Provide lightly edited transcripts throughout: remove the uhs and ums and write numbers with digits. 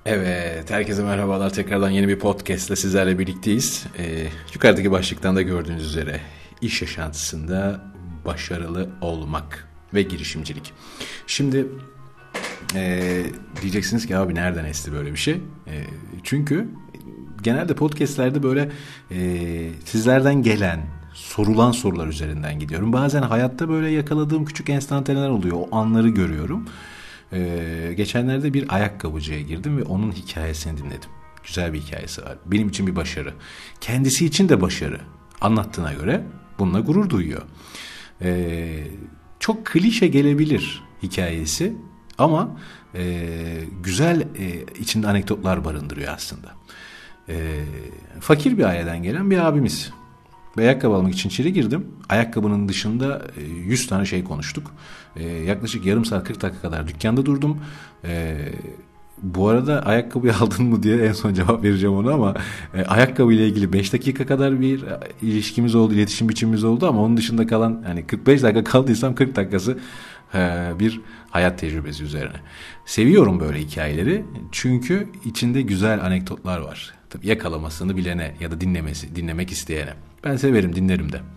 Evet, herkese merhabalar. Tekrardan yeni bir podcast'le sizlerle birlikteyiz. Yukarıdaki başlıktan da gördüğünüz üzere iş yaşantısında başarılı olmak ve girişimcilik. Şimdi diyeceksiniz ki abi nereden esti böyle bir şey? Çünkü genelde podcast'lerde böyle sizlerden gelen sorulan sorular üzerinden gidiyorum. Bazen hayatta böyle yakaladığım küçük enstantaneler oluyor. O anları görüyorum. Geçenlerde bir ayakkabıcıya girdim ve onun hikayesini dinledim. Güzel bir hikayesi var. Benim için bir başarı. Kendisi için de başarı. Anlattığına göre bununla gurur duyuyor. Çok klişe gelebilir hikayesi ama güzel içinde anekdotlar barındırıyor aslında. Fakir bir aileden gelen bir abimiz. Bir ayakkabı almak için içeri girdim. Ayakkabının dışında 100 tane şey konuştuk. Yaklaşık yarım saat 40 dakika kadar dükkanda durdum. Bu arada ayakkabıyı aldın mı diye en son cevap vereceğim ona ama ayakkabı ile ilgili 5 dakika kadar bir ilişkimiz oldu, iletişim biçimimiz oldu ama onun dışında kalan hani 45 dakika kaldıysam 40 dakikası bir hayat tecrübesi üzerine. Seviyorum böyle hikayeleri çünkü içinde güzel anekdotlar var. Tabii yakalamasını bilene ya da dinlemek isteyene. Ben severim, dinlerim de.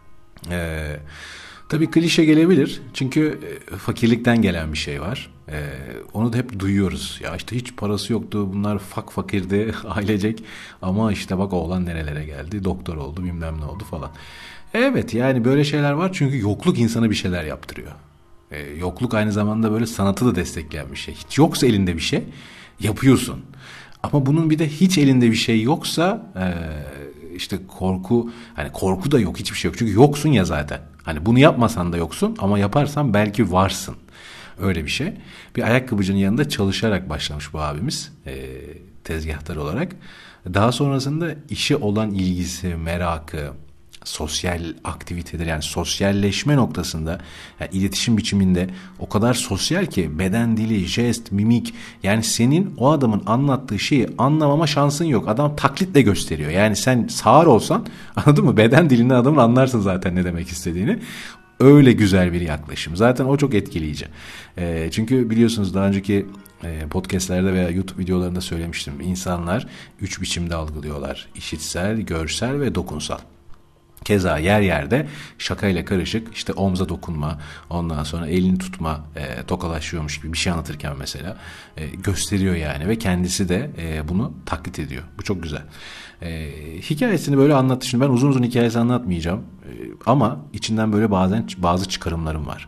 Tabii klişe gelebilir. Çünkü fakirlikten gelen bir şey var. Onu da hep duyuyoruz. Ya işte hiç parası yoktu. Bunlar fakirdi ailecek. Ama işte bak oğlan nerelere geldi. Doktor oldu, bilmem ne oldu falan. Evet, yani böyle şeyler var. Çünkü yokluk insana bir şeyler yaptırıyor. Yokluk aynı zamanda böyle sanatı da destekleyen bir şey. Hiç yoksa elinde bir şey yapıyorsun. Ama bunun bir de hiç elinde bir şey yoksa işte korku, hani korku da yok, hiçbir şey yok. Çünkü yoksun ya zaten. Hani bunu yapmasan da yoksun ama yaparsan belki varsın. Öyle bir şey. Bir ayakkabıcının yanında çalışarak başlamış bu abimiz tezgahtar olarak. Daha sonrasında işe olan ilgisi, merakı, sosyal aktiviteler yani sosyalleşme noktasında yani iletişim biçiminde o kadar sosyal ki beden dili, jest, mimik yani senin o adamın anlattığı şeyi anlamama şansın yok. Adam taklitle gösteriyor. Yani sen sağır olsan anladın mı? Beden dilinden adamın anlarsın zaten ne demek istediğini. Öyle güzel bir yaklaşım. Zaten o çok etkileyici. Çünkü biliyorsunuz daha önceki podcastlerde veya YouTube videolarında söylemiştim. İnsanlar 3 biçimde algılıyorlar. İşitsel, görsel ve dokunsal. Keza yer yerde şakayla karışık işte omza dokunma, ondan sonra elini tutma, tokalaşıyormuş gibi bir şey anlatırken mesela gösteriyor yani ve kendisi de bunu taklit ediyor. Bu çok güzel. Hikayesini böyle anlattı. Şimdi ben uzun uzun hikayesi anlatmayacağım ama içinden böyle bazı çıkarımlarım var.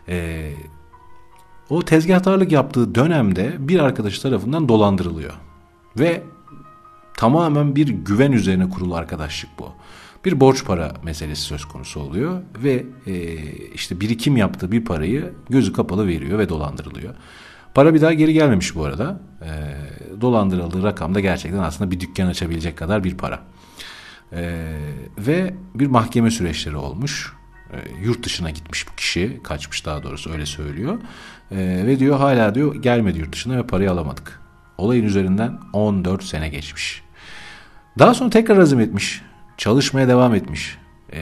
O tezgahtarlık yaptığı dönemde bir arkadaş tarafından dolandırılıyor ve tamamen bir güven üzerine kurulu arkadaşlık bu. Bir borç para meselesi söz konusu oluyor ve işte birikim yaptığı bir parayı gözü kapalı veriyor ve dolandırılıyor. Para bir daha geri gelmemiş bu arada. Dolandırıldığı rakam da gerçekten aslında bir dükkan açabilecek kadar bir para. Ve bir mahkeme süreçleri olmuş. Yurt dışına gitmiş bu kişi, kaçmış daha doğrusu öyle söylüyor. Ve diyor hala diyor gelmedi yurt dışına ve parayı alamadık. Olayın üzerinden 14 sene geçmiş. Daha sonra tekrar azim etmiş. Çalışmaya devam etmiş.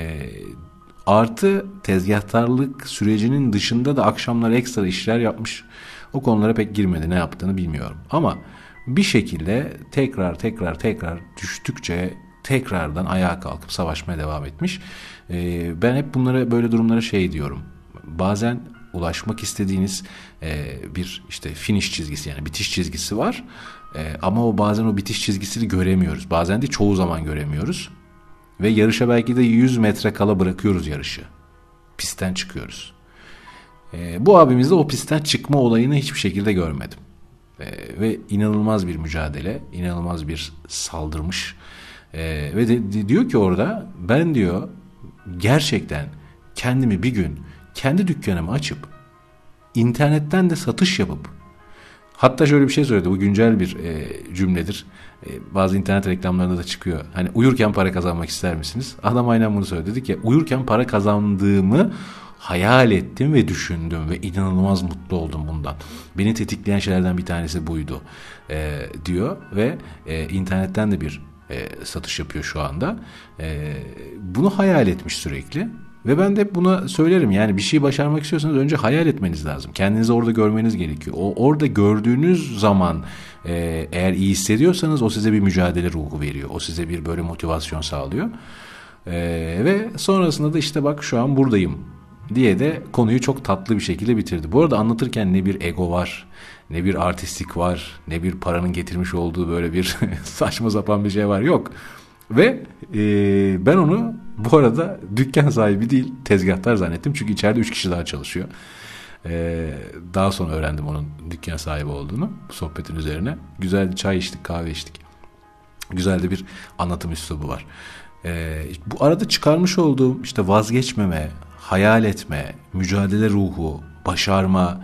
Artı tezgahtarlık sürecinin dışında da akşamlar ekstra işler yapmış. O konulara pek girmedi. Ne yaptığını bilmiyorum. Ama bir şekilde tekrar düştükçe tekrardan ayağa kalkıp savaşmaya devam etmiş. Ben hep bunlara böyle durumlara şey diyorum. Bazen ulaşmak istediğiniz bir işte finish çizgisi yani bitiş çizgisi var. Ama bazen o bitiş çizgisini göremiyoruz. Bazen de çoğu zaman göremiyoruz. Ve yarışa belki de 100 metre kala bırakıyoruz yarışı. Pistten çıkıyoruz. Bu abimizde o pistten çıkma olayını hiçbir şekilde görmedim. Ve inanılmaz bir mücadele, inanılmaz bir saldırmış. Ve diyor ki orada ben diyor gerçekten kendimi bir gün kendi dükkanımı açıp internetten de satış yapıp hatta şöyle bir şey söyledi. Bu güncel bir cümledir. Bazı internet reklamlarında da çıkıyor. Hani uyurken para kazanmak ister misiniz? Adam aynen bunu söyledi. Dedi ki uyurken para kazandığımı hayal ettim ve düşündüm ve inanılmaz mutlu oldum bundan. Beni tetikleyen şeylerden bir tanesi buydu diyor ve internetten de bir satış yapıyor şu anda. Bunu hayal etmiş sürekli. Ve ben de hep buna söylerim yani bir şey başarmak istiyorsanız önce hayal etmeniz lazım. Kendinizi orada görmeniz gerekiyor. Orada gördüğünüz zaman Eğer iyi hissediyorsanız o size bir mücadele ruhu veriyor. O size bir böyle motivasyon sağlıyor. Ve sonrasında da işte bak şu an buradayım diye de konuyu çok tatlı bir şekilde bitirdi. Bu arada anlatırken ne bir ego var, ne bir artistlik var, ne bir paranın getirmiş olduğu böyle bir saçma sapan bir şey var. Yok. Ve ben onu bu arada dükkan sahibi değil, tezgahtar zannettim. Çünkü içeride 3 kişi daha çalışıyor. Daha sonra öğrendim onun dükkan sahibi olduğunu bu sohbetin üzerine. Güzel bir çay içtik, kahve içtik. Güzel de bir anlatım üslubu var. Bu arada çıkarmış olduğum işte vazgeçmeme, hayal etme, mücadele ruhu, başarma,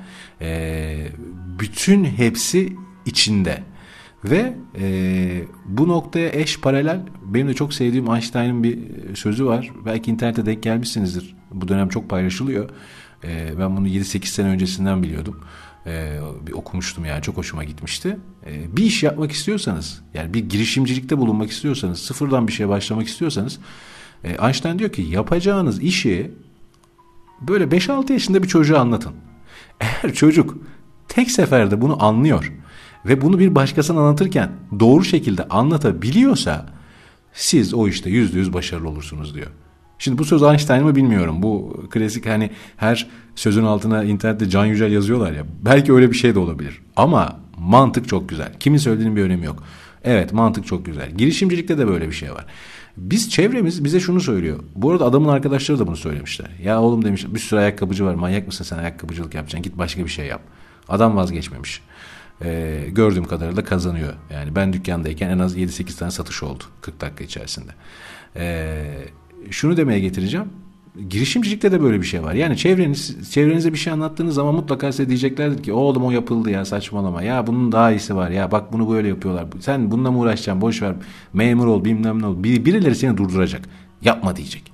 bütün hepsi içinde. Ve bu noktaya eş paralel benim de çok sevdiğim Einstein'ın bir sözü var. Belki internette denk gelmişsinizdir. Bu dönem çok paylaşılıyor. Ben bunu 7-8 sene öncesinden biliyordum. Bir okumuştum yani, çok hoşuma gitmişti. Bir iş yapmak istiyorsanız, yani bir girişimcilikte bulunmak istiyorsanız, sıfırdan bir şeye başlamak istiyorsanız, Einstein diyor ki yapacağınız işi böyle 5-6 yaşında bir çocuğa anlatın. Eğer çocuk tek seferde bunu anlıyor ve bunu bir başkasına anlatırken doğru şekilde anlatabiliyorsa siz o işte %100 başarılı olursunuz diyor. Şimdi bu söz Einstein mı bilmiyorum. Bu klasik, hani her sözün altına internette Can Yücel yazıyorlar ya. Belki öyle bir şey de olabilir. Ama mantık çok güzel. Kimin söylediğinin bir önemi yok. Evet, mantık çok güzel. Girişimcilikte de böyle bir şey var. Çevremiz bize şunu söylüyor. Bu arada adamın arkadaşları da bunu söylemişler. Ya oğlum demiş, bir sürü ayakkabıcı var. Manyak mısın sen, ayakkabıcılık yapacaksın? Git başka bir şey yap. Adam vazgeçmemiş. Gördüğüm kadarıyla kazanıyor. Yani ben dükkandayken en az 7-8 tane satış oldu 40 dakika içerisinde. Şunu demeye getireceğim. Girişimcilikte de böyle bir şey var. Yani çevrenize bir şey anlattığınız zaman mutlaka size diyeceklerdir ki oğlum o yapıldı ya, saçmalama. Ya bunun daha iyisi var. Ya bak bunu böyle yapıyorlar. Sen bununla mı uğraşacaksın? Boş ver. Memur ol, bilmem ne ol. Birileri seni durduracak. Yapma diyecek.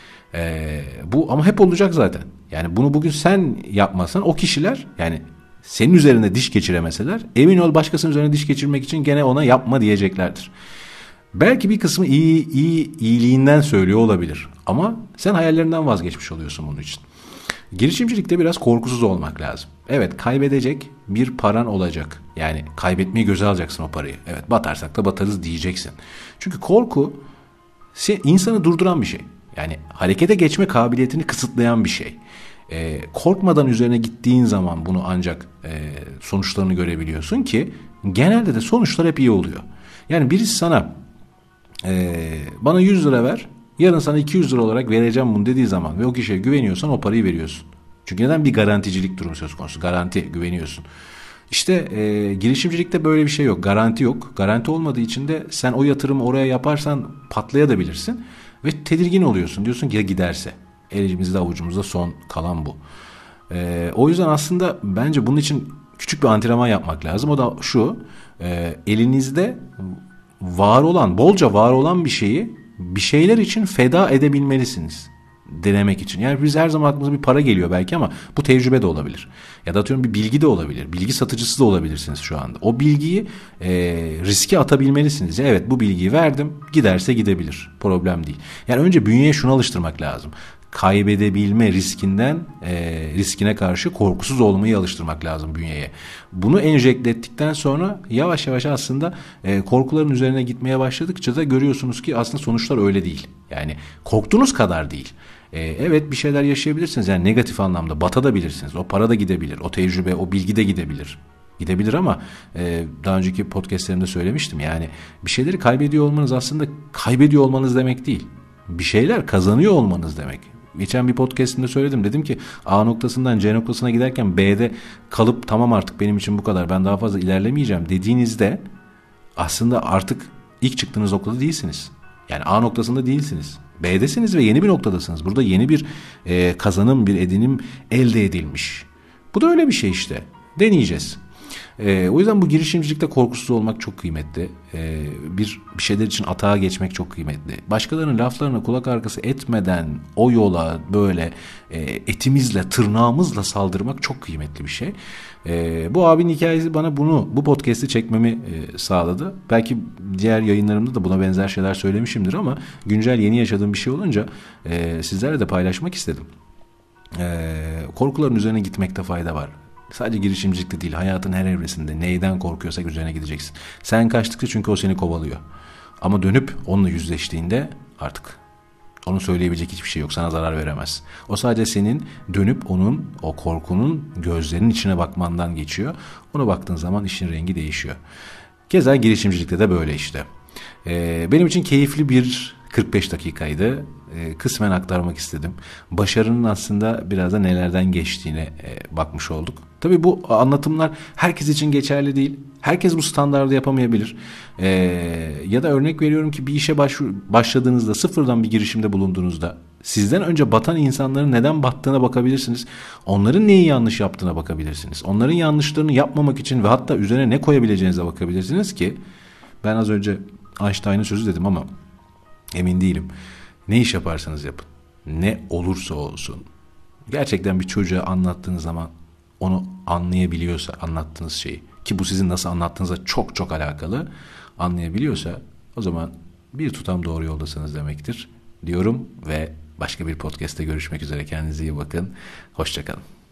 Bu ama hep olacak zaten. Yani bunu bugün sen yapmasan o kişiler, yani senin üzerine diş geçiremeseler, emin ol başkasının üzerine diş geçirmek için gene ona yapma diyeceklerdir. Belki bir kısmı iyiliğinden söylüyor olabilir. Ama sen hayallerinden vazgeçmiş oluyorsun bunun için. Girişimcilikte biraz korkusuz olmak lazım. Evet, kaybedecek bir paran olacak. Yani kaybetmeyi göze alacaksın o parayı. Evet, batarsak da batarız diyeceksin. Çünkü korku insanı durduran bir şey. Yani harekete geçme kabiliyetini kısıtlayan bir şey. Korkmadan üzerine gittiğin zaman bunu ancak sonuçlarını görebiliyorsun ki genelde de sonuçlar hep iyi oluyor. Yani birisi sana bana 100 lira ver, yarın sana 200 lira olarak vereceğim bunu dediği zaman ve o kişiye güveniyorsan o parayı veriyorsun. Çünkü neden? Bir garanticilik durumu söz konusu. Garanti, güveniyorsun. İşte girişimcilikte böyle bir şey yok. Garanti yok. Garanti olmadığı için de sen o yatırımı oraya yaparsan patlayabilirsin ve tedirgin oluyorsun. Diyorsun ki ya giderse? Elimizde avucumuzda son kalan bu. O yüzden aslında bence bunun için küçük bir antrenman yapmak lazım. O da şu: elinizde bolca var olan bir şeyi bir şeyler için feda edebilmelisiniz. Denemek için. Yani biz her zaman aklımıza bir para geliyor belki ama bu tecrübe de olabilir. Ya da atıyorum bir bilgi de olabilir. Bilgi satıcısı da olabilirsiniz şu anda. O bilgiyi riske atabilmelisiniz. Evet, bu bilgiyi verdim, giderse gidebilir. Problem değil. Yani önce bünyeye şunu alıştırmak lazım. Kaybedebilme riskine karşı korkusuz olmayı alıştırmak lazım bünyeye. Bunu enjekte ettikten sonra yavaş yavaş aslında korkuların üzerine gitmeye başladıkça da görüyorsunuz ki aslında sonuçlar öyle değil. Yani korktuğunuz kadar değil. Evet, bir şeyler yaşayabilirsiniz. Yani negatif anlamda batabilirsiniz. O para da gidebilir. O tecrübe, o bilgi de gidebilir. Gidebilir ama daha önceki podcastlerimde söylemiştim. Yani bir şeyleri kaybediyor olmanız aslında kaybediyor olmanız demek değil. Bir şeyler kazanıyor olmanız demek. Geçen bir podcastimde söyledim. Dedim ki A noktasından C noktasına giderken B'de kalıp tamam artık benim için bu kadar, ben daha fazla ilerlemeyeceğim dediğinizde aslında artık ilk çıktığınız noktada değilsiniz. Yani A noktasında değilsiniz. B'desiniz ve yeni bir noktadasınız. Burada yeni bir kazanım, bir edinim elde edilmiş. Bu da öyle bir şey işte. Deneyeceğiz. O yüzden bu girişimcilikte korkusuz olmak çok kıymetli. Bir şeyler için atağa geçmek çok kıymetli. Başkalarının laflarına kulak arkası etmeden o yola böyle etimizle, tırnağımızla saldırmak çok kıymetli bir şey. Bu abinin hikayesi bana bu podcast'i çekmemi sağladı. Belki diğer yayınlarımda da buna benzer şeyler söylemişimdir ama güncel yeni yaşadığım bir şey olunca sizlerle de paylaşmak istedim. Korkuların üzerine gitmekte fayda var. Sadece girişimcilikte değil, hayatın her evresinde neyden korkuyorsak üzerine gideceksin. Sen kaçtıkça çünkü o seni kovalıyor. Ama dönüp onunla yüzleştiğinde artık onun söyleyebilecek hiçbir şey yok. Sana zarar veremez. O sadece senin dönüp onun, o korkunun gözlerinin içine bakmandan geçiyor. Ona baktığın zaman işin rengi değişiyor. Keza girişimcilikte de böyle işte. Benim için keyifli bir 45 dakikaydı. Kısmen aktarmak istedim. Başarının aslında biraz da nelerden geçtiğine bakmış olduk. Tabii bu anlatımlar herkes için geçerli değil. Herkes bu standardı yapamayabilir. Ya da örnek veriyorum ki bir işe başladığınızda, sıfırdan bir girişimde bulunduğunuzda sizden önce batan insanların neden battığına bakabilirsiniz. Onların neyi yanlış yaptığına bakabilirsiniz. Onların yanlışlarını yapmamak için ve hatta üzerine ne koyabileceğinize bakabilirsiniz ki ben az önce Einstein'ın sözü dedim ama emin değilim. Ne iş yaparsanız yapın. Ne olursa olsun. Gerçekten bir çocuğa anlattığınız zaman onu anlayabiliyorsa anlattığınız şeyi, ki bu sizin nasıl anlattığınızla çok çok alakalı, anlayabiliyorsa o zaman bir tutam doğru yoldasınız demektir diyorum ve başka bir podcast'te görüşmek üzere. Kendinize iyi bakın. Hoşça kalın.